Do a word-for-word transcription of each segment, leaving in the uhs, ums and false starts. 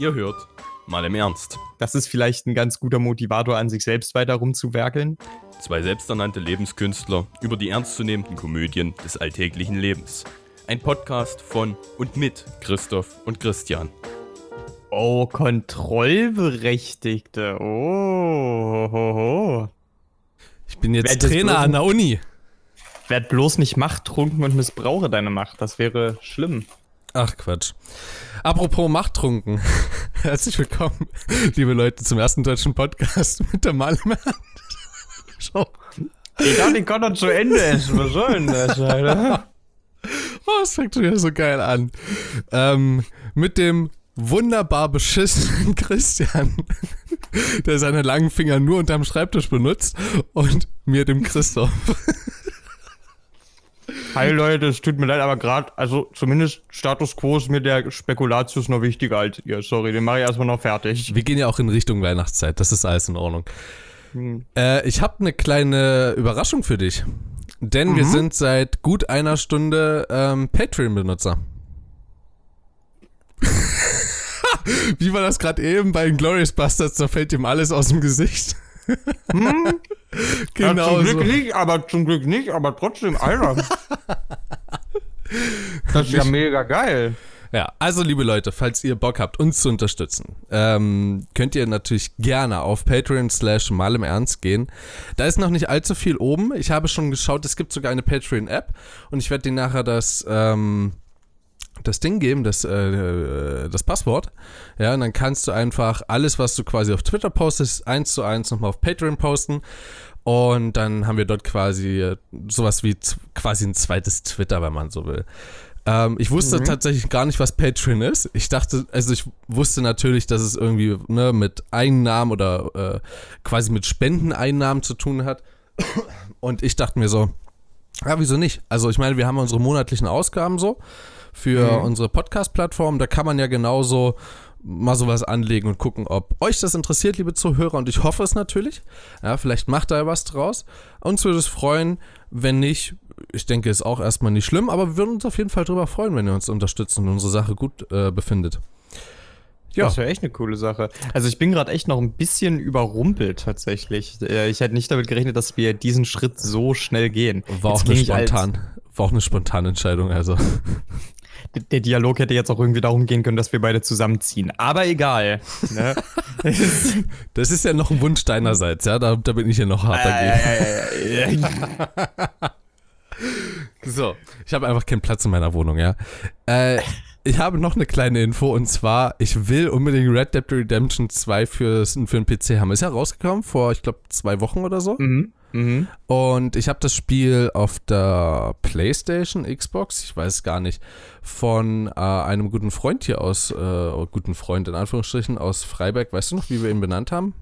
Ihr hört Mal im Ernst. Das ist vielleicht ein ganz guter Motivator, an sich selbst weiter rumzuwerkeln. Zwei selbsternannte Lebenskünstler über die ernstzunehmenden Komödien des alltäglichen Lebens. Ein Podcast von und mit Christoph und Christian. Oh, Kontrollberechtigte. Oh, ho, ho. Ich bin jetzt Werd Trainer an der Uni. Werd bloß nicht machttrunken und missbrauche deine Macht. Das wäre schlimm. Ach, Quatsch. Apropos Machttrunken. Herzlich willkommen, liebe Leute, zum ersten deutschen Podcast mit der Mal im Ernst. Schau. Ich dachte, ich kann doch zu Ende essen. Was soll denn das, Alter? Oh, das fängt schon wieder so geil an. Ähm, mit dem wunderbar beschissenen Christian, der seine langen Finger nur unterm Schreibtisch benutzt, und mir, dem Christoph. Hi Leute, es tut mir leid, aber gerade, also zumindest Status Quo ist mir der Spekulatius noch wichtiger als ihr. Sorry, den mache ich erstmal noch fertig. Wir gehen ja auch in Richtung Weihnachtszeit, das ist alles in Ordnung. Hm. Äh, ich habe eine kleine Überraschung für dich, denn mhm. wir sind seit gut einer Stunde ähm, Patreon-Benutzer. Wie war das gerade eben bei den Glorious Bastards, da fällt ihm alles aus dem Gesicht. Hm? Genau, ja, zum Glück so. nicht, aber zum Glück nicht, aber trotzdem, Alter. Das ist ja mega geil. Ja, also liebe Leute, falls ihr Bock habt, uns zu unterstützen, ähm, könnt ihr natürlich gerne auf Patreon slash Mal im Ernst gehen. Da ist noch nicht allzu viel oben. Ich habe schon geschaut, es gibt sogar eine Patreon-App und ich werde dir nachher das, ähm, das Ding geben, das, äh, das Passwort. Ja, und dann kannst du einfach alles, was du quasi auf Twitter postest, eins zu eins nochmal auf Patreon posten. Und dann haben wir dort quasi sowas wie z- quasi ein zweites Twitter, wenn man so will. Ähm, ich wusste mhm. tatsächlich gar nicht, was Patreon ist. Ich dachte, also ich wusste natürlich, dass es irgendwie ne, mit Einnahmen oder äh, quasi mit Spendeneinnahmen zu tun hat. Und ich dachte mir so, ja, wieso nicht? Also ich meine, wir haben unsere monatlichen Ausgaben so für mhm. unsere Podcast-Plattform. Da kann man ja genauso mal sowas anlegen und gucken, ob euch das interessiert, liebe Zuhörer, und ich hoffe es natürlich. Ja, vielleicht macht da was draus. Uns würde es freuen, wenn nicht, ich denke, ist auch erstmal nicht schlimm, aber wir würden uns auf jeden Fall drüber freuen, wenn ihr uns unterstützt und unsere Sache gut äh, befindet. Ja. Das wäre echt eine coole Sache. Also ich bin gerade echt noch ein bisschen überrumpelt tatsächlich. Ich hätte nicht damit gerechnet, dass wir diesen Schritt so schnell gehen. War auch, eine spontan, war auch eine spontane Entscheidung, also. Der Dialog hätte jetzt auch irgendwie darum gehen können, dass wir beide zusammenziehen. Aber egal. Ne? Das ist ja noch ein Wunsch deinerseits, ja? Da, da bin ich ja noch harter äh, gegen. So, ich habe einfach keinen Platz in meiner Wohnung, ja. Äh, ich habe noch eine kleine Info, und zwar, ich will unbedingt Red Dead Redemption zwei für, für den P C haben. Ist ja rausgekommen vor, ich glaube, zwei Wochen oder so. Mhm. Mhm. Und ich habe das Spiel auf der PlayStation, Xbox, ich weiß gar nicht, von äh, einem guten Freund hier aus, äh, guten Freund in Anführungsstrichen, aus Freiberg. Weißt du noch, wie wir ihn benannt haben?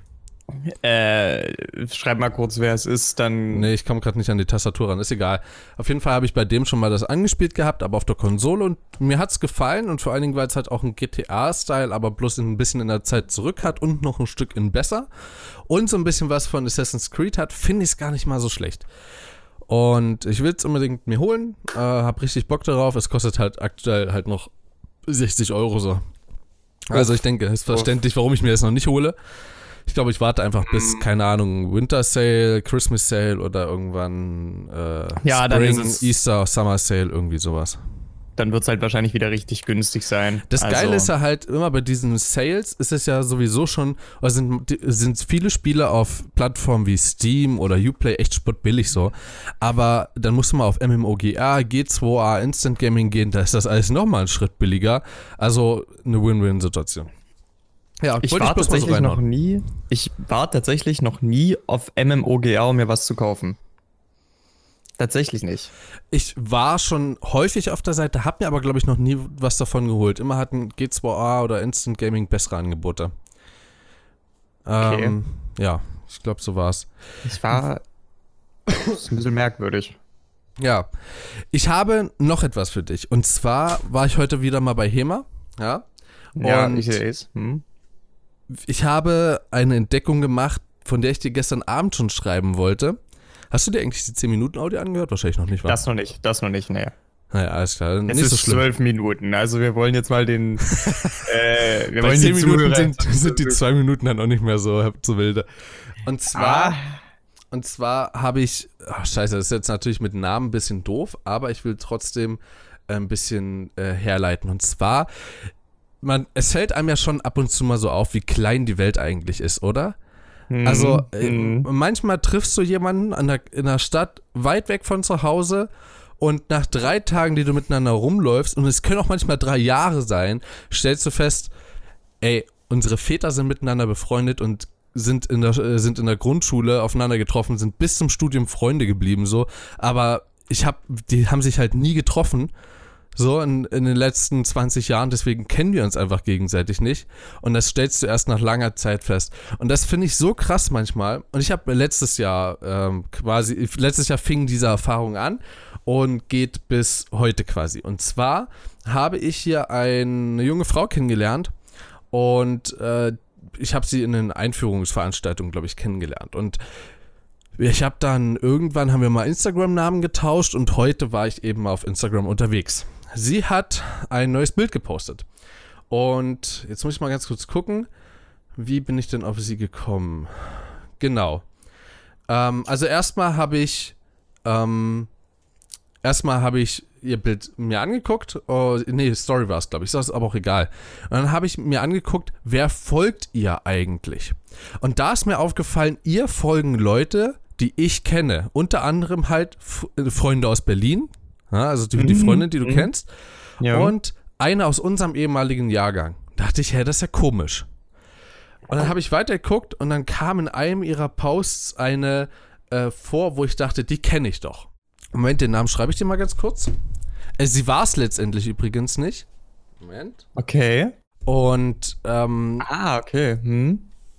Äh, schreib mal kurz, wer es ist, dann... Nee, ich komme gerade nicht an die Tastatur ran, ist egal. Auf jeden Fall habe ich bei dem schon mal das angespielt gehabt, aber auf der Konsole, und mir hat's gefallen, und vor allen Dingen, weil es halt auch ein G T A-Style, aber bloß ein bisschen in der Zeit zurück hat und noch ein Stück in besser und so ein bisschen was von Assassin's Creed hat, finde ich es gar nicht mal so schlecht. Und ich will es unbedingt mir holen, äh, hab richtig Bock darauf, es kostet halt aktuell halt noch sechzig Euro so. Also ich denke, es ist verständlich, warum ich mir das noch nicht hole. Ich glaube, ich warte einfach bis, keine Ahnung, Winter Sale, Christmas Sale oder irgendwann äh, ja, Spring, dann ist es, Easter, Summer Sale, irgendwie sowas. Dann wird es halt wahrscheinlich wieder richtig günstig sein. Das also. Geile ist ja halt, immer bei diesen Sales ist es ja sowieso schon, oder sind, sind viele Spiele auf Plattformen wie Steam oder Uplay echt spottbillig so, aber dann musst du mal auf MMOGA, G zwei A, Instant Gaming gehen, da ist das alles nochmal einen Schritt billiger, also eine Win-Win-Situation. Ja, ich war ich tatsächlich so noch nie, ich war tatsächlich noch nie auf MMOGA, um mir was zu kaufen. Tatsächlich nicht. Ich war schon häufig auf der Seite, hab mir aber, glaube ich, noch nie was davon geholt. Immer hatten G zwei A oder Instant Gaming bessere Angebote. Okay. Ähm, ja, ich glaube, so war's. Es war das ist ein bisschen merkwürdig. Ja, ich habe noch etwas für dich. Und zwar war ich heute wieder mal bei HEMA. Ja, ja, und ich sehe es. Hm. Ich habe eine Entdeckung gemacht, von der ich dir gestern Abend schon schreiben wollte. Hast du dir eigentlich die zehn Minuten Audio angehört? Wahrscheinlich noch nicht, wa? Das noch nicht, das noch nicht, nee. Naja, alles klar. Es Nicht ist so schlimm. zwölf Minuten, also wir wollen jetzt mal den. äh, wir Bei wollen zehn die Minuten Zuhörer sind, jetzt- sind die zwei Minuten dann auch nicht mehr so, so wilde. Und zwar, Ah, und zwar habe ich, ach scheiße, das ist jetzt natürlich mit Namen ein bisschen doof, aber ich will trotzdem äh, ein bisschen äh, herleiten. Und zwar, man, es fällt einem ja schon ab und zu mal so auf, wie klein die Welt eigentlich ist, oder? hm, Also äh, hm. manchmal triffst du jemanden an der, in der Stadt weit weg von zu Hause und nach drei Tagen, die du miteinander rumläufst, und es können auch manchmal drei Jahre sein, stellst du fest, ey, unsere Väter sind miteinander befreundet und sind in der, äh, sind in der Grundschule aufeinander getroffen, sind bis zum Studium Freunde geblieben, so, aber ich hab, die haben sich halt nie getroffen, so in, in den letzten zwanzig Jahren, deswegen kennen wir uns einfach gegenseitig nicht und das stellst du erst nach langer Zeit fest und das finde ich so krass manchmal und ich habe letztes Jahr ähm, quasi, letztes Jahr fing diese Erfahrung an und geht bis heute quasi und zwar habe ich hier eine junge Frau kennengelernt und äh, ich habe sie in den Einführungsveranstaltungen, glaube ich, kennengelernt und ich habe dann, irgendwann haben wir mal Instagram-Namen getauscht und heute war ich eben auf Instagram unterwegs. Sie hat ein neues Bild gepostet. Und jetzt muss ich mal ganz kurz gucken, wie bin ich denn auf sie gekommen? Genau. Ähm, also erstmal habe ich, ähm, erstmal habe ich ihr Bild mir angeguckt. Oh, nee, Story war es, glaube ich. Das ist aber auch egal. Und dann habe ich mir angeguckt, wer folgt ihr eigentlich? Und da ist mir aufgefallen, ihr folgen Leute, die ich kenne. Unter anderem halt F- Freunde aus Berlin. Ja, also die, die Freundin, die du Mhm. kennst. Ja. Und eine aus unserem ehemaligen Jahrgang. Da dachte ich, hä, das ist ja komisch. Und dann habe ich weitergeguckt und dann kam in einem ihrer Posts eine äh, vor, wo ich dachte, die kenne ich doch. Moment, den Namen schreibe ich dir mal ganz kurz. Äh, sie war es letztendlich übrigens nicht. Moment. Okay. Und ähm, Ah, okay. Hm.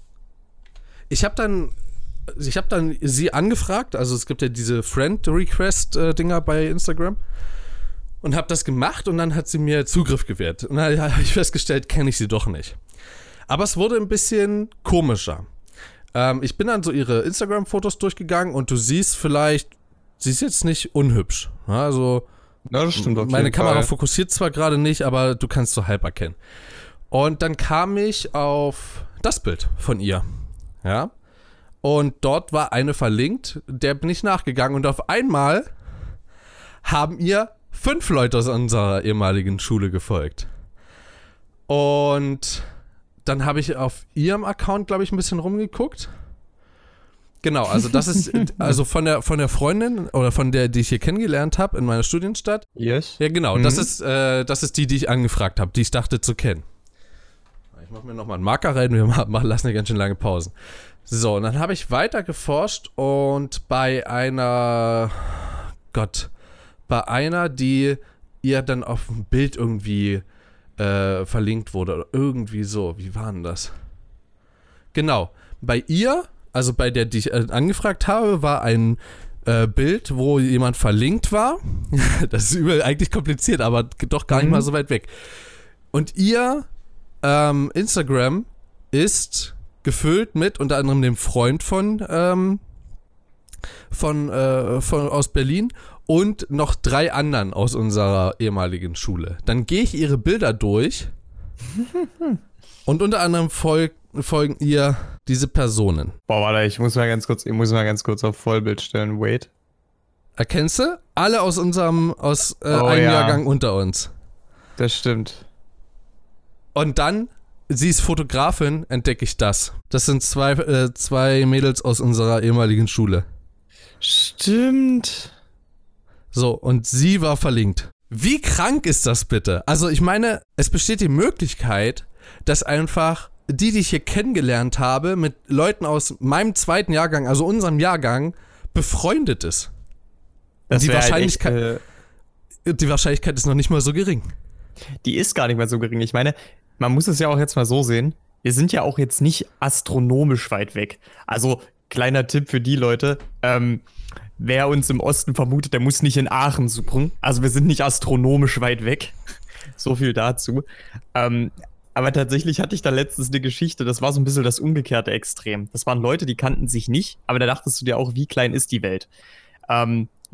ich habe dann, ich habe dann sie angefragt. Also es gibt ja diese Friend-Request-Dinger bei Instagram. Und habe das gemacht und dann hat sie mir Zugriff gewährt. Und dann habe ich festgestellt, kenne ich sie doch nicht. Aber es wurde ein bisschen komischer. Ähm, ich bin dann so ihre Instagram-Fotos durchgegangen und du siehst vielleicht, sie ist jetzt nicht unhübsch. Ja, also Ja, das stimmt auf meine jeden Kamera Fall. fokussiert zwar gerade nicht, aber du kannst so halb erkennen. Und dann kam ich auf das Bild von ihr. Ja. Und dort war eine verlinkt, der bin ich nachgegangen und auf einmal haben ihr fünf Leute aus unserer ehemaligen Schule gefolgt. Und dann habe ich auf ihrem Account, glaube ich, ein bisschen rumgeguckt. Genau, also das ist, also von der, von der Freundin oder von der, die ich hier kennengelernt habe in meiner Studienstadt. Yes. Ja, genau, Mhm. das ist, äh, das ist die, die ich angefragt habe, die ich dachte zu kennen. Ich mache mir nochmal einen Marker rein, wir machen, lassen eine ganz schön lange Pausen. So, und dann habe ich weiter geforscht und bei einer, Gott, bei einer, die ihr dann auf dem Bild irgendwie äh, verlinkt wurde oder irgendwie so. Wie war denn das? Genau, bei ihr, also bei der, die ich äh, angefragt habe, war ein äh, Bild, wo jemand verlinkt war. Das ist übel, eigentlich kompliziert, aber doch gar nicht Mhm. mal so weit weg. Und ihr ähm, Instagram ist gefüllt mit unter anderem dem Freund von, ähm, von, äh, von aus Berlin und noch drei anderen aus unserer ehemaligen Schule. Dann gehe ich ihre Bilder durch und unter anderem folg, folgen ihr diese Personen. Boah, warte, ich muss mal ganz kurz, ich muss mal ganz kurz auf Vollbild stellen. Wait. Erkennst du? Alle aus unserem, aus äh, Oh, einem ja. Jahrgang unter uns. Das stimmt. Und dann, sie ist Fotografin, entdecke ich das. Das sind zwei, äh, zwei Mädels aus unserer ehemaligen Schule. Stimmt. So, und sie war verlinkt. Wie krank ist das bitte? Also ich meine, es besteht die Möglichkeit, dass einfach die, die ich hier kennengelernt habe, mit Leuten aus meinem zweiten Jahrgang, also unserem Jahrgang, befreundet ist. Das die wär halt Wahrscheinlichkeit, echt, äh, die Wahrscheinlichkeit ist noch nicht mal so gering. die ist gar nicht mehr so gering. Ich meine, man muss es ja auch jetzt mal so sehen. Wir sind ja auch jetzt nicht astronomisch weit weg. Also, kleiner Tipp für die Leute. Ähm, wer uns im Osten vermutet, der muss nicht in Aachen suchen. Also, wir sind nicht astronomisch weit weg. So viel dazu. Ähm, aber tatsächlich hatte ich da letztens eine Geschichte, das war so ein bisschen das umgekehrte Extrem. Das waren Leute, die kannten sich nicht, aber da dachtest du dir auch, wie klein ist die Welt? Ähm,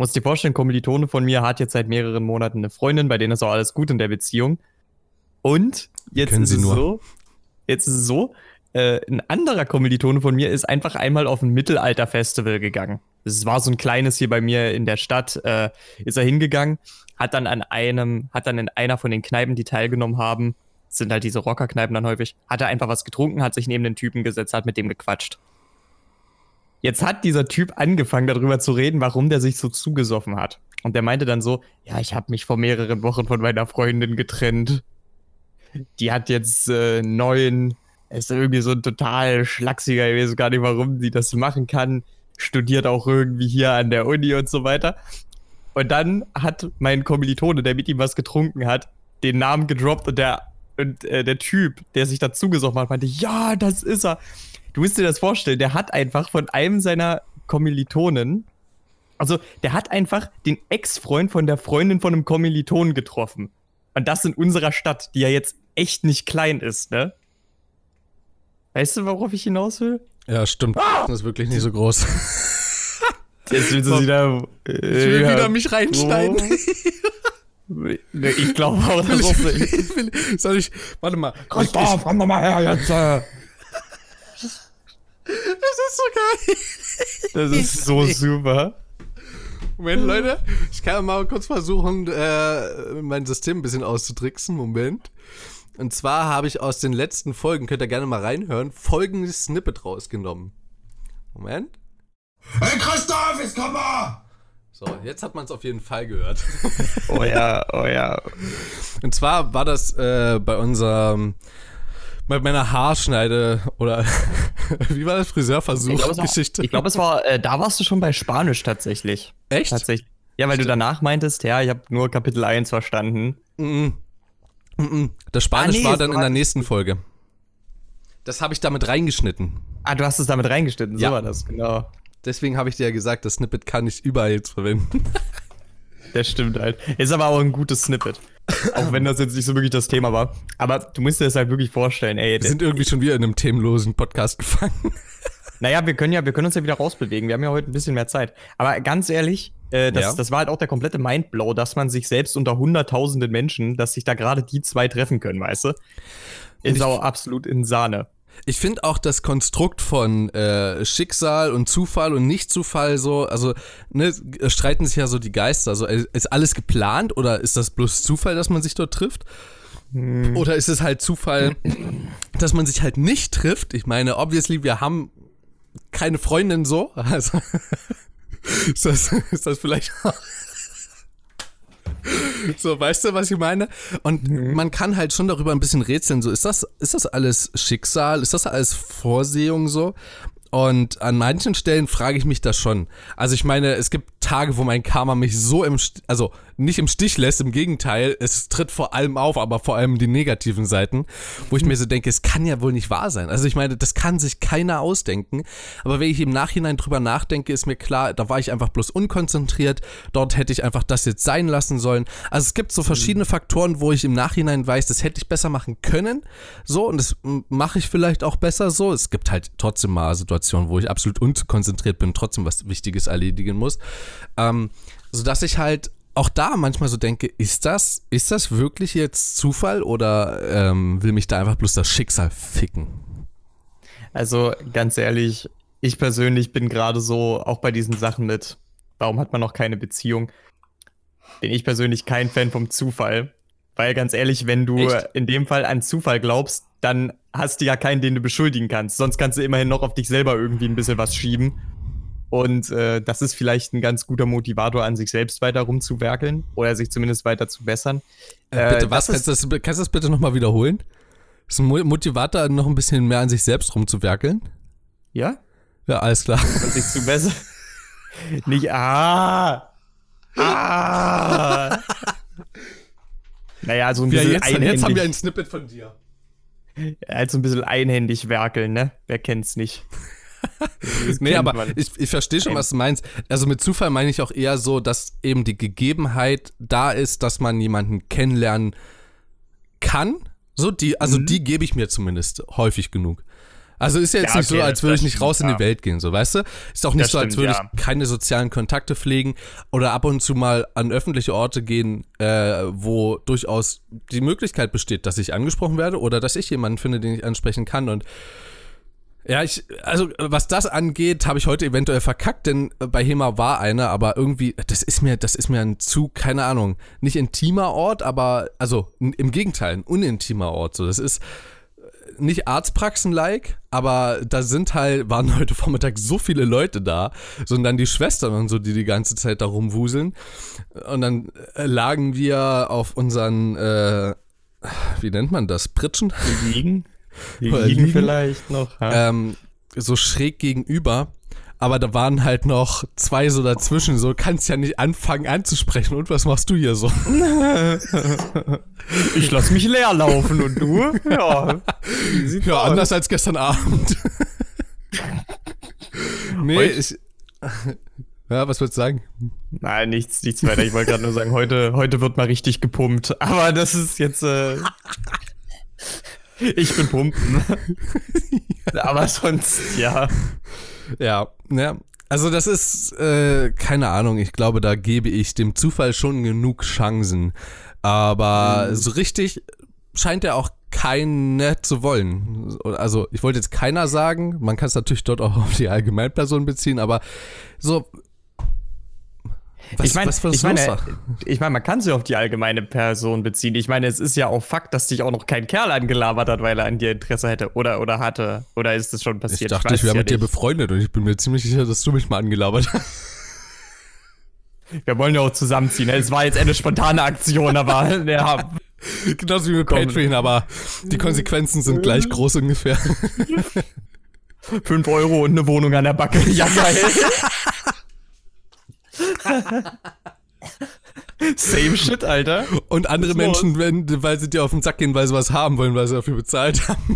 Musst dir vorstellen, Kommilitone von mir hat jetzt seit mehreren Monaten eine Freundin, bei denen ist auch alles gut in der Beziehung. Und jetzt Können ist sie es nur. so, jetzt ist es so, äh, ein anderer Kommilitone von mir ist einfach einmal auf ein Mittelalter-Festival gegangen. Es war so ein kleines hier bei mir in der Stadt, äh, ist er hingegangen, hat dann an einem, hat dann in einer von den Kneipen, die teilgenommen haben, das sind halt diese Rockerkneipen dann häufig, hat er einfach was getrunken, hat sich neben den Typen gesetzt, hat mit dem gequatscht. Jetzt hat dieser Typ angefangen, darüber zu reden, warum der sich so zugesoffen hat. Und der meinte dann so, ja, ich habe mich vor mehreren Wochen von meiner Freundin getrennt. Die hat jetzt äh, neun, ist irgendwie so ein total schlachsiger, ich weiß gar nicht, warum die das machen kann. Studiert auch irgendwie hier an der Uni und so weiter. Und dann hat mein Kommilitone, der mit ihm was getrunken hat, den Namen gedroppt und der, und, äh, der Typ, der sich da zugesoffen hat, meinte, ja, das ist er. Du musst dir das vorstellen, der hat einfach von einem seiner Kommilitonen, also der hat einfach den Ex-Freund von der Freundin von einem Kommilitonen getroffen. Und das in unserer Stadt, die ja jetzt echt nicht klein ist, ne? Weißt du, worauf ich hinaus will? Ja, stimmt. Das ist wirklich nicht so groß. Jetzt willst du wieder. Äh, Ich will ja, wieder mich reinschneiden. Ne, ich glaube auch, Will das ich, ist ich will, soll ich, warte mal. Christoph, komm doch mal her jetzt. Äh. Das ist so geil. Das ist so super. Moment, Leute. Ich kann mal kurz versuchen, äh, mein System ein bisschen auszutricksen. Moment. Und zwar habe ich aus den letzten Folgen, könnt ihr gerne mal reinhören, folgendes Snippet rausgenommen. Moment. Hey Christoph, jetzt komm mal! So, jetzt hat man es auf jeden Fall gehört. Oh ja, oh ja. Und zwar war das äh, bei unserem, bei meiner Haarschneide oder wie war das, Friseurversuch, Ich glaube, es war, Geschichte? ich glaub, es war äh, da warst du schon bei Spanisch tatsächlich. Echt? Tatsächlich. Ja, weil du danach meintest, ja, ich habe nur Kapitel eins verstanden. Mhm. Mhm. Das Spanisch Ah, nee, war es dann in war- der nächsten Folge. Das habe ich damit reingeschnitten. Ah, du hast es damit reingeschnitten, so Ja. war das, genau. Deswegen habe ich dir ja gesagt, das Snippet kann ich überall jetzt verwenden. Das stimmt halt. Ist aber auch ein gutes Snippet. Auch wenn das jetzt nicht so wirklich das Thema war. Aber du musst dir das halt wirklich vorstellen, ey. Wir sind irgendwie schon wieder in einem themenlosen Podcast gefangen. Naja, wir können ja, wir können uns ja wieder rausbewegen. Wir haben ja heute ein bisschen mehr Zeit. Aber ganz ehrlich, äh, das, Ja. das war halt auch der komplette Mindblow, dass man sich selbst unter hunderttausenden Menschen, dass sich da gerade die zwei treffen können, weißt du? Ist ich- auch absolut in Sahne. Ich finde auch das Konstrukt von äh, Schicksal und Zufall und Nicht-Zufall so, also ne, streiten sich ja so die Geister. Also ist alles geplant oder ist das bloß Zufall, dass man sich dort trifft? Hm. Oder ist es halt Zufall, dass man sich halt nicht trifft? Ich meine, obviously, wir haben keine Freundin so. Also ist das, ist das vielleicht auch so, weißt du, was ich meine? Und Mhm. man kann halt schon darüber ein bisschen rätseln, so ist das, ist das alles Schicksal, ist das alles Vorsehung so? Und an manchen Stellen frage ich mich das schon. Also ich meine, es gibt Tage, wo mein Karma mich so im, St- also nicht im Stich lässt, im Gegenteil, es tritt vor allem auf, aber vor allem die negativen Seiten, wo ich mir so denke, es kann ja wohl nicht wahr sein. Also ich meine, das kann sich keiner ausdenken, aber wenn ich im Nachhinein drüber nachdenke, ist mir klar, da war ich einfach bloß unkonzentriert, dort hätte ich einfach das jetzt sein lassen sollen. Also es gibt so verschiedene Faktoren, wo ich im Nachhinein weiß, das hätte ich besser machen können, so, und das m- mache ich vielleicht auch besser so. Es gibt halt trotzdem mal Situationen, wo ich absolut unkonzentriert bin, trotzdem was Wichtiges erledigen muss. Ähm, sodass ich halt auch da manchmal so denke, ist das, ist das wirklich jetzt Zufall oder ähm, will mich da einfach bloß das Schicksal ficken? Also ganz ehrlich, ich persönlich bin gerade so, auch bei diesen Sachen mit, warum hat man noch keine Beziehung, bin ich persönlich kein Fan vom Zufall. Weil ganz ehrlich, wenn du Echt? in dem Fall an Zufall glaubst, dann hast du ja keinen, den du beschuldigen kannst. Sonst kannst du immerhin noch auf dich selber irgendwie ein bisschen was schieben. Und äh, das ist vielleicht ein ganz guter Motivator, an sich selbst weiter rumzuwerkeln oder sich zumindest weiter zu bessern. Äh, bitte, Äh, was? das Kannst du, das, kannst du das bitte nochmal wiederholen? Ist ein Mo- Motivator, noch ein bisschen mehr an sich selbst rumzuwerkeln? Ja? Ja, alles klar. Und sich zu bessern. Nicht, ah! Ah! Naja, so ein Ja, bisschen jetzt, einhändig. jetzt haben wir ein Snippet von dir. halt so ein bisschen einhändig werkeln, ne? Wer kennt's nicht? Das Nee, kennt aber man. ich, ich verstehe schon, was du meinst. Also mit Zufall meine ich auch eher so, dass eben die Gegebenheit da ist, dass man jemanden kennenlernen kann. So, die, also Mhm. die gebe ich mir zumindest häufig genug. Also ist ja jetzt Ja, nicht okay, so, als das- würde ich das nicht stimmt, raus in die ja. Welt gehen, so, weißt du? Ist auch nicht Das so, als stimmt, würde ja. ich keine sozialen Kontakte pflegen oder ab und zu mal an öffentliche Orte gehen, äh, wo durchaus die Möglichkeit besteht, dass ich angesprochen werde oder dass ich jemanden finde, den ich ansprechen kann. Und ja, ich, also was das angeht, habe ich heute eventuell verkackt, denn bei HEMA war einer, aber irgendwie, das ist mir, das ist mir ein zu, keine Ahnung, nicht intimer Ort, aber, also n- im Gegenteil, ein unintimer Ort. So, das ist nicht Arztpraxen-like, aber da sind halt, waren heute Vormittag so viele Leute da, sondern die Schwestern und so, die die ganze Zeit da rumwuseln. Und dann äh, lagen wir auf unseren, äh, wie nennt man das, Pritschen? Liegen? Die Oder liegen liegen? vielleicht noch. Ja. ähm, so schräg gegenüber, aber da waren halt noch zwei so dazwischen, so kannst ja nicht anfangen anzusprechen und was machst du hier so? Ich lass mich leer laufen und du? Ja. Wie sieht's Ja, aus? anders als gestern Abend. nee, Heute- ich, ja, was würdest du sagen? Nein, nichts, nichts weiter. Ich wollte gerade nur sagen, heute, heute wird mal richtig gepumpt. Aber das ist jetzt. Äh, ich bin pumpen. Aber sonst, ja. Ja, ja. Also das ist, äh, keine Ahnung, ich glaube, da gebe ich dem Zufall schon genug Chancen. Aber Mhm. so richtig scheint er auch keiner zu wollen. Also ich wollte jetzt keiner sagen, man kann es natürlich dort auch auf die Allgemeinperson beziehen, aber so... Was, ich meine, was, was ich, meine, los? ich meine, man kann sie auf die allgemeine Person beziehen. Ich meine, es ist ja auch Fakt, dass dich auch noch kein Kerl angelabert hat, weil er an dir Interesse hätte oder, oder hatte. Oder ist das schon Ich passiert? dachte, weiß ich wäre es ja mit dir nicht. befreundet und ich bin mir ziemlich sicher, dass du mich mal angelabert hast. Wir wollen ja auch zusammenziehen. Es war jetzt eine spontane Aktion, aber ja, Genauso wie mit Komm. Patreon, aber die Konsequenzen sind gleich groß ungefähr. fünf Euro und eine Wohnung an der Backe. Ja, geil. Same shit, Alter. Und andere Was ist Menschen, wenn, weil sie dir auf den Sack gehen, weil sie was haben wollen, weil sie dafür bezahlt haben.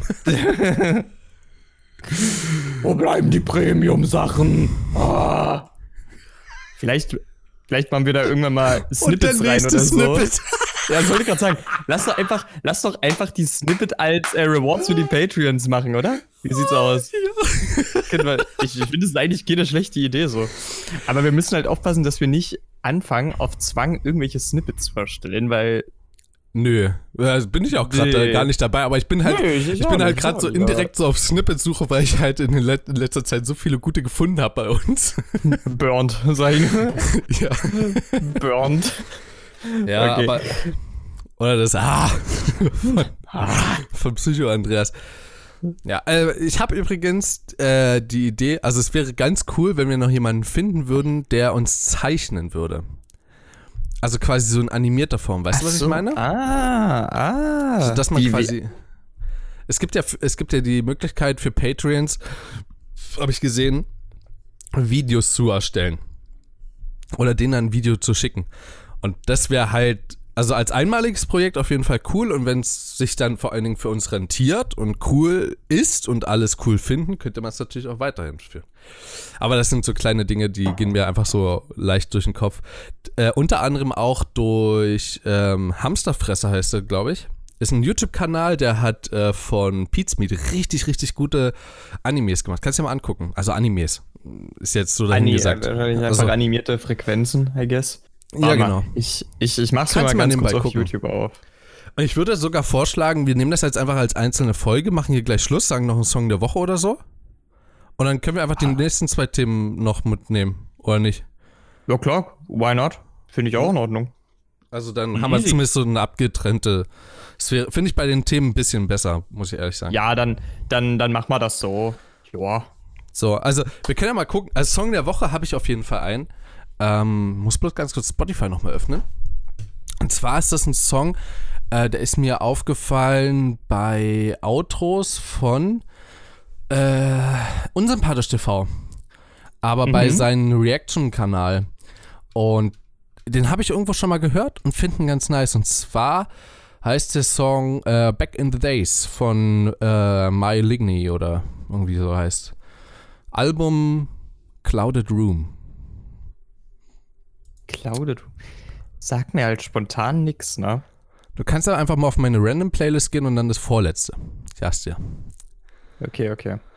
Wo bleiben die Premium-Sachen? Ah. Vielleicht, vielleicht machen wir da irgendwann mal Snippets rein oder so. Snippet. Ja, das wollte ich gerade sagen. Lass doch einfach, lass doch einfach die Snippet als äh, Rewards für die Patreons machen, oder? Wie sieht's aus? Können wir- Ich, ich finde, es ist eigentlich keine schlechte Idee so. Aber wir müssen halt aufpassen, dass wir nicht anfangen, auf Zwang irgendwelche Snippets zu erstellen, weil Nö, also bin ich auch gerade Nee. äh, gar nicht dabei, aber ich bin halt, Nö, ich- ich, ich bin auch halt nicht, gerade ich so auch nicht, indirekt so auf Snippets-Suche, weil ich halt in, den Let in letzter Zeit so viele gute gefunden habe bei uns. burnt sein. ja, burnt. ja Okay. aber oder das Ah von, von Psycho Andreas. Ja, äh, ich habe übrigens äh, die Idee, also es wäre ganz cool, wenn wir noch jemanden finden würden, der uns zeichnen würde. Also quasi so in animierter Form, weißt du, was ich meine? Ah, ah. Also, dass man Wie- quasi. Es gibt ja, es gibt ja die Möglichkeit für Patreons, habe ich gesehen, Videos zu erstellen. Oder denen ein Video zu schicken. Und das wäre halt, also als einmaliges Projekt auf jeden Fall cool. Und wenn es sich dann vor allen Dingen für uns rentiert und cool ist und alles cool finden, könnte man es natürlich auch weiterhin führen. Aber das sind so kleine Dinge, die gehen mir einfach so leicht durch den Kopf. Äh, unter anderem auch durch ähm, Hamsterfresser heißt er, glaube ich. Ist ein YouTube-Kanal, der hat äh, von Pizmeet richtig, richtig gute Animes gemacht. Kannst du dir mal angucken. Also Animes. Ist jetzt so dahin Ani- gesagt. wahrscheinlich einfach Also, animierte Frequenzen, I guess. ja, Aber genau. Ich, ich, ich mach's mir Kannst mal du mal ganz kurz nebenbei auf gucken. YouTube auf. Ich würde sogar vorschlagen, wir nehmen das jetzt einfach als einzelne Folge, machen hier gleich Schluss, sagen noch einen Song der Woche oder so. Und dann können wir einfach die nächsten zwei Themen noch mitnehmen, oder nicht? Ja klar, why not? Finde ich auch in Ordnung. Also dann haben wir Easy. zumindest so eine abgetrennte Sphäre. Finde ich bei den Themen ein bisschen besser, muss ich ehrlich sagen. Ja, dann, dann, dann mach mal das so. Ja. So, also wir können ja mal gucken. Als Song der Woche habe ich auf jeden Fall einen. Ähm, muss bloß ganz kurz Spotify nochmal öffnen. Und zwar ist das ein Song, äh, der ist mir aufgefallen bei Outros von äh, Unsympathisch T V. Aber bei Mhm. seinem Reaction-Kanal. Und den habe ich irgendwo schon mal gehört und finde ihn ganz nice. Und zwar heißt der Song äh, Back in the Days von äh, My Ligny oder irgendwie so heißt. Album Clouded Room. Clouded. Sag mir halt spontan nix, ne? Du kannst aber einfach mal auf meine Random Playlist gehen und dann das vorletzte. Ich sag's dir. Okay, okay.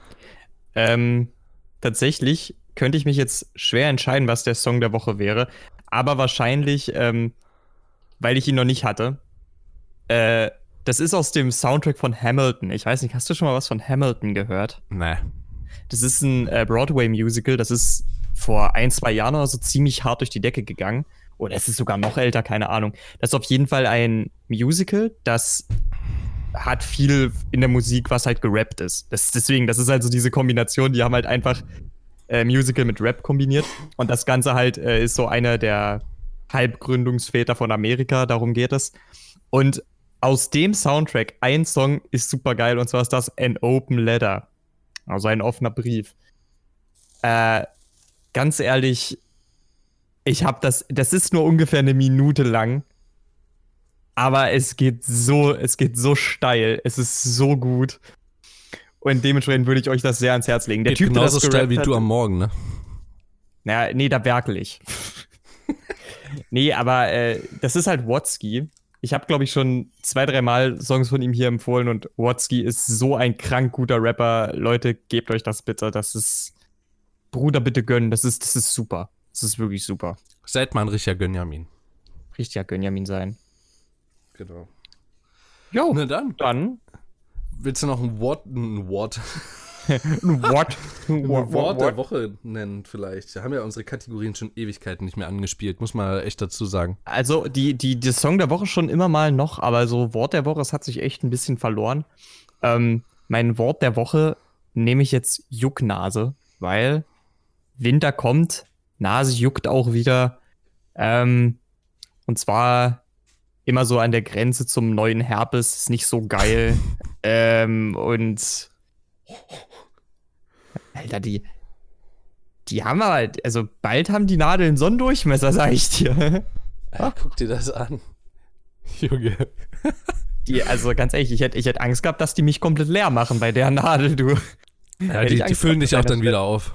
Ähm, tatsächlich könnte ich mich jetzt schwer entscheiden, was der Song der Woche wäre. Aber wahrscheinlich, ähm, weil ich ihn noch nicht hatte. Äh, das ist aus dem Soundtrack von Hamilton. Ich weiß nicht, hast du schon mal was von Hamilton gehört? Nee. Das ist ein äh, Broadway-Musical. Das ist vor ein, zwei Jahren oder so ziemlich hart durch die Decke gegangen. Oder es ist sogar noch älter, keine Ahnung. Das ist auf jeden Fall ein Musical, das hat viel in der Musik, was halt gerappt ist. Das, deswegen, das ist halt so diese Kombination, die haben halt einfach äh, Musical mit Rap kombiniert. Und das Ganze halt äh, ist so einer der Halbgründungsväter von Amerika, darum geht es. Und aus dem Soundtrack, ein Song ist super geil, und zwar ist das An Open Letter. Also ein offener Brief. Äh, ganz ehrlich, ich hab das, das ist nur ungefähr eine Minute lang. Aber es geht so, es geht so steil. Es ist so gut. Und dementsprechend würde ich euch das sehr ans Herz legen. Der Geht Typ, der das genauso steil gerappt wie hat, du am Morgen, ne? Naja, nee, da werkelig. Nee, aber äh, das ist halt Watsky. Ich habe, glaube ich, schon zwei, dreimal Songs von ihm hier empfohlen und Watsky ist so ein krank guter Rapper. Leute, gebt euch das bitte. Das ist, Bruder, bitte gönnen. Das ist, das ist super. Das ist wirklich super. Seid mal ein richtiger Gönjamin. Richtiger Gönjamin sein. Genau. Jo, Na dann. dann. Willst du noch ein Wort, ein Wort, What? ein What, Wort der what? Woche nennen vielleicht? Wir haben ja unsere Kategorien schon Ewigkeiten nicht mehr angespielt, muss man echt dazu sagen. Also, die, die, die Song der Woche schon immer mal noch, aber so Wort der Woche, es hat sich echt ein bisschen verloren. Ähm, mein Wort der Woche nehme ich jetzt Jucknase, weil Winter kommt, Nase juckt auch wieder. Ähm, und zwar immer so an der Grenze zum neuen Herpes, ist nicht so geil. ähm, und Alter, die die haben aber, also bald haben die Nadeln so einen Durchmesser, sag ich dir. Ey, guck dir das an. Junge. Die, also ganz ehrlich, ich hätte ich hätt Angst gehabt, dass die mich komplett leer machen bei der Nadel, du. Ja, Hätte die, ich die Angst füllen gehabt, dich auch dass dann das- wieder auf.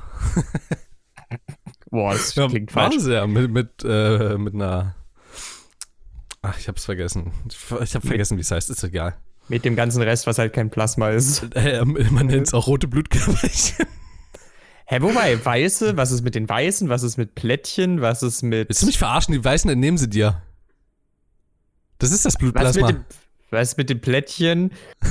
Boah, das Ja, klingt war falsch. es ja, mit, mit, äh, mit einer. Ach, ich hab's vergessen. Ich hab vergessen, wie es heißt, ist egal. Mit dem ganzen Rest, was halt kein Plasma ist. Äh, man nennt es auch rote Blutkörperchen. Hä, wobei, Weiße, was ist mit den Weißen, was ist mit Plättchen, was ist mit... Willst du mich verarschen? Die Weißen entnehmen sie dir. Das ist das was mit Blutplasma. dem, was ist mit den Plättchen?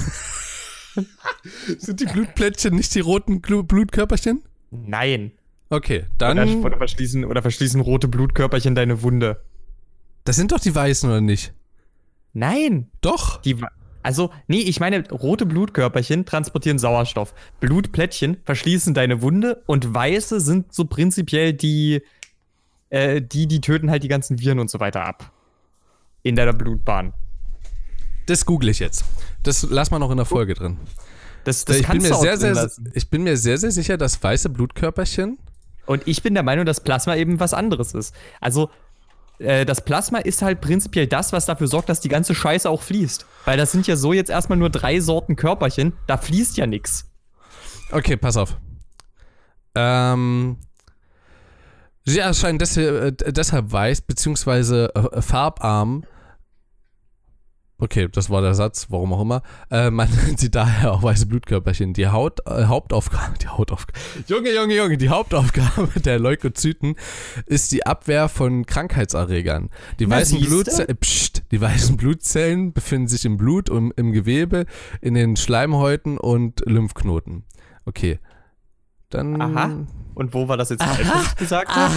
Sind die Blutplättchen nicht die roten Glu- Blutkörperchen? Nein. Okay, dann. Oder, oder, verschließen, oder verschließen rote Blutkörperchen deine Wunde. Das sind doch die Weißen, oder nicht? Nein. Doch. Die, Wa- also, nee, ich meine, rote Blutkörperchen transportieren Sauerstoff. Blutplättchen verschließen deine Wunde und weiße sind so prinzipiell die, äh, die, die töten halt die ganzen Viren und so weiter ab. In deiner Blutbahn. Das google ich jetzt. Das lass mal noch in der Folge drin. Das, das ich, bin kannst mir du auch sehr, drin sehr, lassen. ich bin mir sehr, sehr sicher, dass weiße Blutkörperchen. Und ich bin der Meinung, dass Plasma eben was anderes ist. Also, äh, das Plasma ist halt prinzipiell das, was dafür sorgt, dass die ganze Scheiße auch fließt. Weil das sind ja so jetzt erstmal nur drei Sorten Körperchen, da fließt ja nix. Okay, pass auf. Ähm. Sie erscheinen des, äh, deshalb weiß, beziehungsweise äh, farbarm. Okay, das war der Satz, warum auch immer. Äh, man nennt sie daher auch weiße Blutkörperchen. Die Haut, äh, Hauptaufgabe, die Hautaufgabe, Junge, Junge, Junge, die Hauptaufgabe der Leukozyten ist die Abwehr von Krankheitserregern. Die Na, weißen, siehste? Blutzellen, pst, die weißen Blutzellen befinden sich im Blut und im Gewebe, in den Schleimhäuten und Lymphknoten. Okay. Dann. Aha. Und wo war das jetzt falsch, was ich gesagt habe?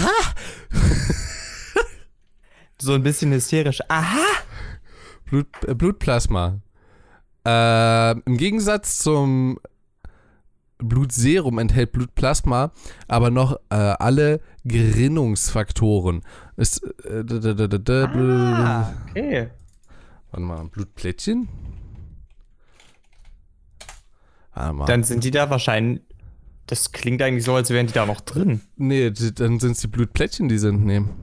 So ein bisschen hysterisch. Aha! Blut, äh, Blutplasma. Äh, Im Gegensatz zum Blutserum enthält Blutplasma aber noch äh, alle Gerinnungsfaktoren. Ist, äh, d- d- d- d- d- Ah, okay. Warte mal, Blutplättchen? Warte mal. Dann sind die da wahrscheinlich. Das klingt eigentlich so, als wären die da noch drin. nee, d- dann sind es die Blutplättchen, die sie entnehmen.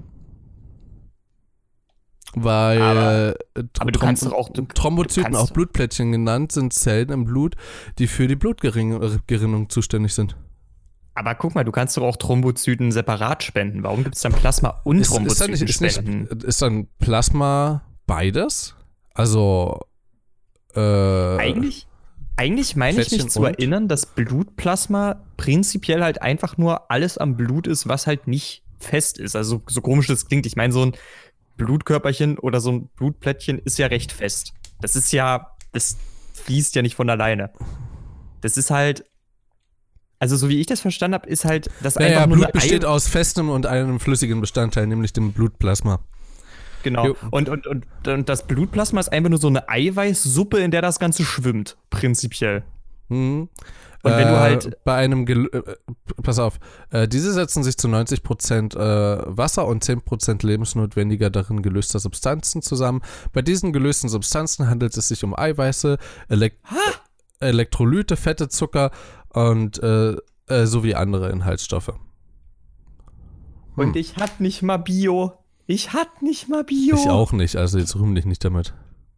Weil Aber- äh, aber du kannst doch auch- du- Thrombozyten, du kannst auch doch- Blutplättchen genannt, sind Zellen im Blut, die für die Blutgerinnung zuständig sind. Aber guck mal, du kannst doch auch Thrombozyten separat spenden. Warum gibt es dann Plasma und Ist, ist, dann Thrombozyten nicht, ist, nicht, spenden? ist dann Plasma beides? Also äh, Eigentlich, Eigentlich meine ich mich Plättchen zu und? erinnern, dass Blutplasma prinzipiell halt einfach nur alles am Blut ist, was halt nicht fest ist. Also so komisch das klingt. Ich meine, so ein Blutkörperchen oder so ein Blutplättchen ist ja recht fest. Das ist ja, das fließt ja nicht von alleine. Das ist halt, also so wie ich das verstanden habe, ist halt das Naja, einfach nur Blut eine besteht Ei- aus festem und einem flüssigen Bestandteil, nämlich dem Blutplasma. Genau. Jo. Und, und, und, und das Blutplasma ist einfach nur so eine Eiweißsuppe, in der das Ganze schwimmt, prinzipiell. Mhm. Und wenn du halt- Bei einem, Gel äh, pass auf, äh, diese setzen sich zu neunzig Prozent äh, Wasser und zehn Prozent lebensnotwendiger darin gelöster Substanzen zusammen. Bei diesen gelösten Substanzen handelt es sich um Eiweiße, Elek Elektrolyte, Fette, Zucker und äh, äh, sowie andere Inhaltsstoffe. Und ich hat nicht mal Bio. Ich hat nicht mal Bio. Ich auch nicht, also jetzt rühm dich nicht damit.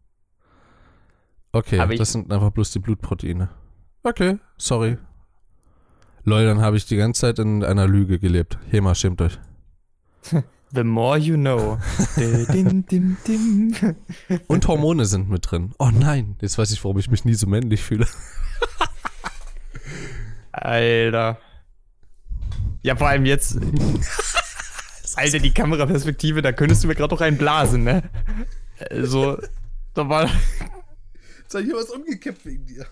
Okay, Aber ich- das sind einfach bloß die Blutproteine. Okay, sorry. Lol, dann habe ich die ganze Zeit in einer Lüge gelebt. Hema, schämt euch. The more you know. dim, dim, dim. Und Hormone sind mit drin. Oh nein, jetzt weiß ich, warum ich mich nie so männlich fühle. Alter. Ja, vor allem jetzt. Alter, die Kameraperspektive, da könntest du mir gerade doch reinblasen, ne? Also, da war. Jetzt habe ich hier was umgekippt wegen dir.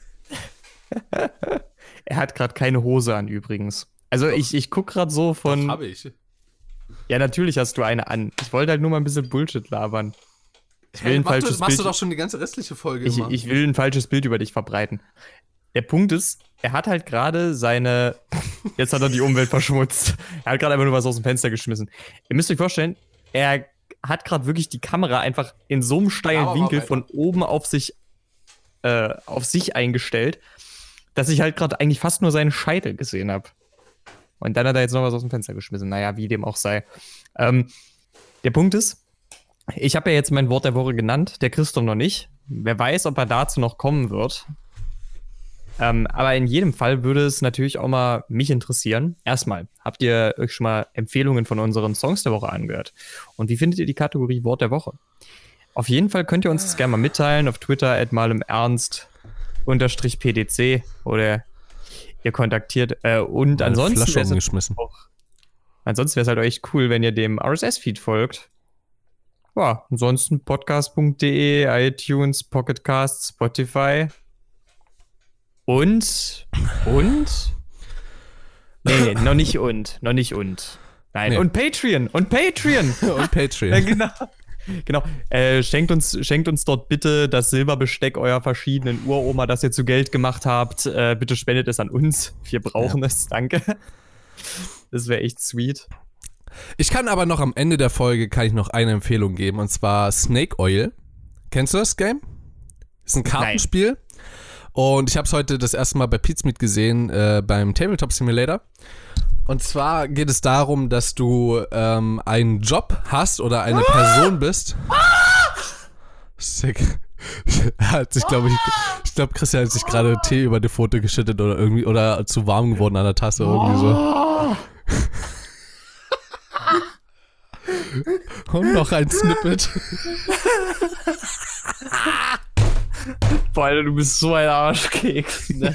Er hat gerade keine Hose an, übrigens. Also, ich, ich guck gerade so von. Habe ich. Ja, natürlich hast du eine an. Ich wollte halt nur mal ein bisschen Bullshit labern. Ich will Hey, ein mach du, falsches machst Bild. du doch schon die ganze restliche Folge Ich, immer. ich will ein falsches Bild über dich verbreiten. Der Punkt ist, er hat halt gerade seine. Jetzt hat er die Umwelt verschmutzt. Er hat gerade einfach nur was aus dem Fenster geschmissen. Ihr müsst euch vorstellen, er hat gerade wirklich die Kamera einfach in so einem steilen Aber mal Winkel weiter. von oben auf sich, äh, auf sich eingestellt, dass ich halt gerade eigentlich fast nur seinen Scheitel gesehen habe. Und dann hat er jetzt noch was aus dem Fenster geschmissen. Naja, wie dem auch sei. Ähm, der Punkt ist, ich habe ja jetzt mein Wort der Woche genannt, der Christoph noch nicht. Wer weiß, ob er dazu noch kommen wird. Ähm, aber in jedem Fall würde es natürlich auch mal mich interessieren. Erstmal, habt ihr euch schon mal Empfehlungen von unseren Songs der Woche angehört? Und wie findet ihr die Kategorie Wort der Woche? Auf jeden Fall könnt ihr uns das gerne mal mitteilen auf Twitter at malimernst unterstrich pdc oder ihr kontaktiert äh, und Meine ansonsten Flasche wäre es umgeschmissen. auch, ansonsten wäre es halt echt cool, wenn ihr dem R S S-Feed folgt. Ja, ansonsten podcast punkt de, iTunes, Pocketcast, Spotify und und nee, nee, noch nicht und, noch nicht und. Nein, Nee. und Patreon und Patreon. Und Patreon. Ja, genau. Genau. Äh, schenkt, uns, schenkt uns dort bitte das Silberbesteck eurer verschiedenen Uroma, das ihr zu Geld gemacht habt. Äh, bitte spendet es an uns. Wir brauchen es. Danke. Das wäre echt sweet. Ich kann aber noch am Ende der Folge kann ich noch eine Empfehlung geben, und zwar Snake Oil. Kennst du das Game? Ist ein Kartenspiel. Und ich habe es heute das erste Mal bei Pizmeet gesehen, äh, beim Tabletop Simulator. Und zwar geht es darum, dass du ähm, einen Job hast oder eine Person bist. Sick. Er hat sich, glaube ich, ich glaube, Christian hat sich gerade Tee über die Pfote geschüttet oder irgendwie, oder zu warm geworden an der Tasse, irgendwie so. Und noch ein Snippet. Boah, Alter, du bist so ein Arschkeks. Ne?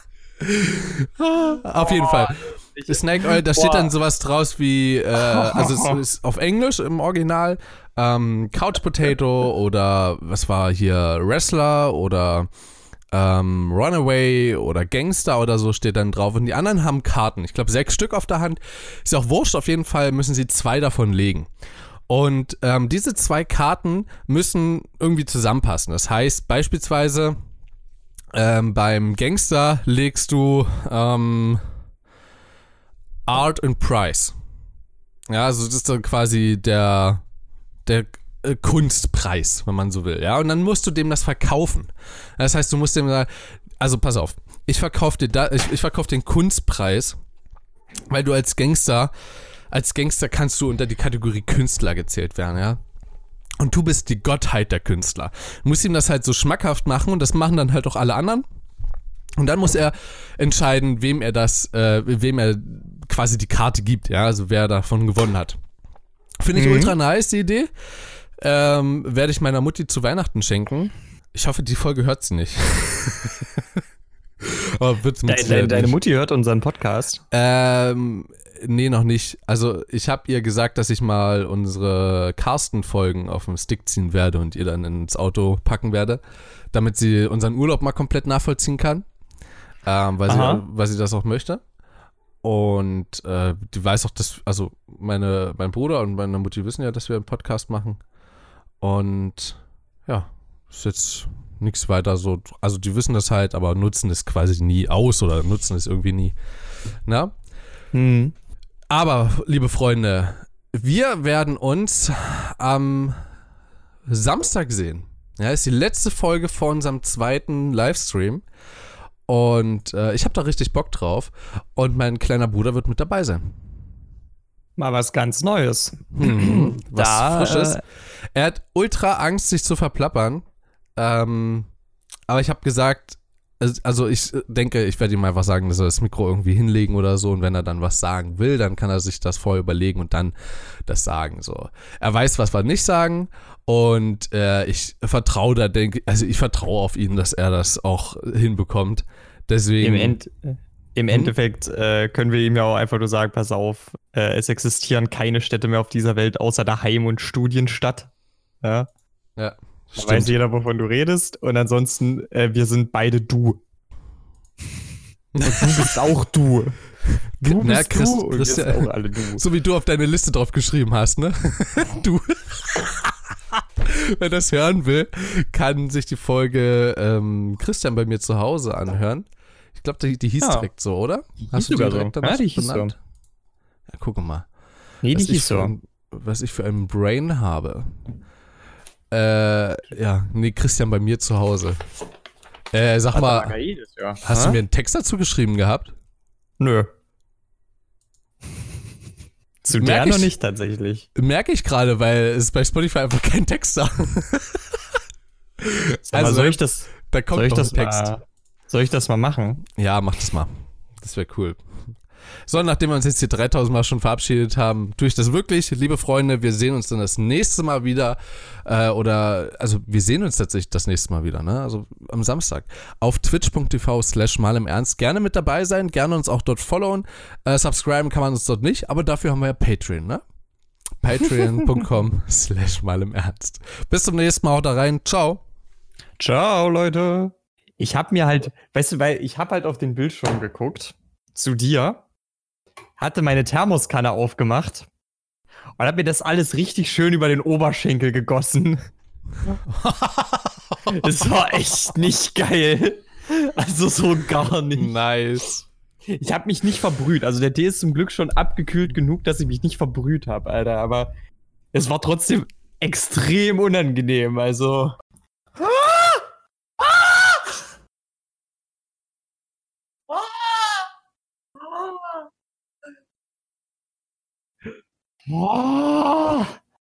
Auf jeden Fall. Snake Oil, da steht Boah. dann sowas draus wie, äh, also es ist auf Englisch im Original, ähm, Couch Potato oder was war hier, Wrestler oder ähm, Runaway oder Gangster oder so steht dann drauf. Und die anderen haben Karten. Ich glaube, sechs Stück auf der Hand. Ist auch wurscht, auf jeden Fall müssen sie zwei davon legen. Und ähm, diese zwei Karten müssen irgendwie zusammenpassen. Das heißt beispielsweise ähm, beim Gangster legst du ähm, Art and Price. Ja, also das ist dann quasi der, der äh, Kunstpreis, wenn man so will. Ja, und dann musst du dem das verkaufen. Das heißt, du musst dem sagen, also pass auf, ich verkaufe dir da, ich, ich verkaufe den Kunstpreis, weil du als Gangster, als Gangster kannst du unter die Kategorie Künstler gezählt werden, ja. Und du bist die Gottheit der Künstler. Du musst ihm das halt so schmackhaft machen und das machen dann halt auch alle anderen. Und dann muss er entscheiden, wem er das, äh, wem er quasi die Karte gibt, ja, also wer davon gewonnen hat. Finde ich Mhm. ultra nice, die Idee. Ähm, werde ich meiner Mutti zu Weihnachten schenken. Ich hoffe, die Folge hört sie nicht. Aber wird's mit Deine, deine, deine Mutti hört unseren Podcast. Ähm, nee, noch nicht. Also ich habe ihr gesagt, dass ich mal unsere Carsten-Folgen auf dem Stick ziehen werde und ihr dann ins Auto packen werde, damit sie unseren Urlaub mal komplett nachvollziehen kann, ähm, weil, sie, weil sie das auch möchte. Und äh, die weiß auch, dass, also meine, mein Bruder und meine Mutti wissen ja, dass wir einen Podcast machen. Und ja, ist jetzt nichts weiter so, also die wissen das halt, aber nutzen es quasi nie aus oder nutzen es irgendwie nie. Na? Hm. Aber, liebe Freunde, wir werden uns am Samstag sehen. Ja, ist die letzte Folge vor unserem zweiten Livestream. Und äh, ich habe da richtig Bock drauf. Und mein kleiner Bruder wird mit dabei sein. Mal was ganz Neues. Hm, was Da, Frisches. äh, Er hat ultra Angst, sich zu verplappern. Ähm, aber ich habe gesagt, also ich denke, ich werde ihm einfach sagen, dass er das Mikro irgendwie hinlegen oder so. Und wenn er dann was sagen will, dann kann er sich das vorher überlegen und dann das sagen. So, er weiß, was wir nicht sagen. Und äh, ich vertraue da, denke, also ich vertraue auf ihn, dass er das auch hinbekommt. Deswegen. Im, End, im Endeffekt äh, können wir ihm ja auch einfach nur sagen, pass auf, äh, es existieren keine Städte mehr auf dieser Welt außer der Heim- und Studienstadt. Ja. Ja. Da weiß jeder, wovon du redest. Und ansonsten, äh, wir sind beide du. Und du bist auch du. Du Na, bist Chris, du und wir Christian, sind auch alle du. So wie du auf deine Liste drauf geschrieben hast, ne? Du. Wer das hören will, kann sich die Folge ähm, Christian bei mir zu Hause anhören. Ich glaube, die, die hieß Ja. direkt so, oder? Die Hast hieß du die sogar direkt so. danach Ja, die hieß benannt? Ja, guck mal. Nee, die was ich hieß für so. ein, was ich für ein Brain habe. Äh, ja, nee, Christian bei mir zu Hause. Äh, sag mal, hast du mir einen Text dazu geschrieben gehabt? Nö. Zu Merk der noch ich- nicht tatsächlich. Merke ich gerade, weil es bei Spotify einfach keinen Text da. Sag mal, soll ich das, da kommt soll ich noch das ein Text. mal, soll ich das mal machen? Ja, mach das mal. Das wäre cool. So, nachdem wir uns jetzt hier dreitausend Mal schon verabschiedet haben, tue ich das wirklich. Liebe Freunde, wir sehen uns dann das nächste Mal wieder. Äh, oder, also wir sehen uns tatsächlich das nächste Mal wieder, ne? Also am Samstag. Auf twitch.tv slash mal im Ernst. Gerne mit dabei sein, gerne uns auch dort followen. Äh, subscriben kann man uns dort nicht, aber dafür haben wir ja Patreon, ne? Patreon.com slash mal im Ernst. Bis zum nächsten Mal, haut da rein. Ciao. Ciao, Leute. Ich hab mir halt, weißt du, weil ich hab halt auf den Bildschirm geguckt, zu dir, hatte meine Thermoskanne aufgemacht und hab mir das alles richtig schön über den Oberschenkel gegossen. Es war echt nicht geil. Also so gar nicht. Nice. Ich hab mich nicht verbrüht. Also der Tee ist zum Glück schon abgekühlt genug, dass ich mich nicht verbrüht habe, Alter. Aber es war trotzdem extrem unangenehm. Also. Oh.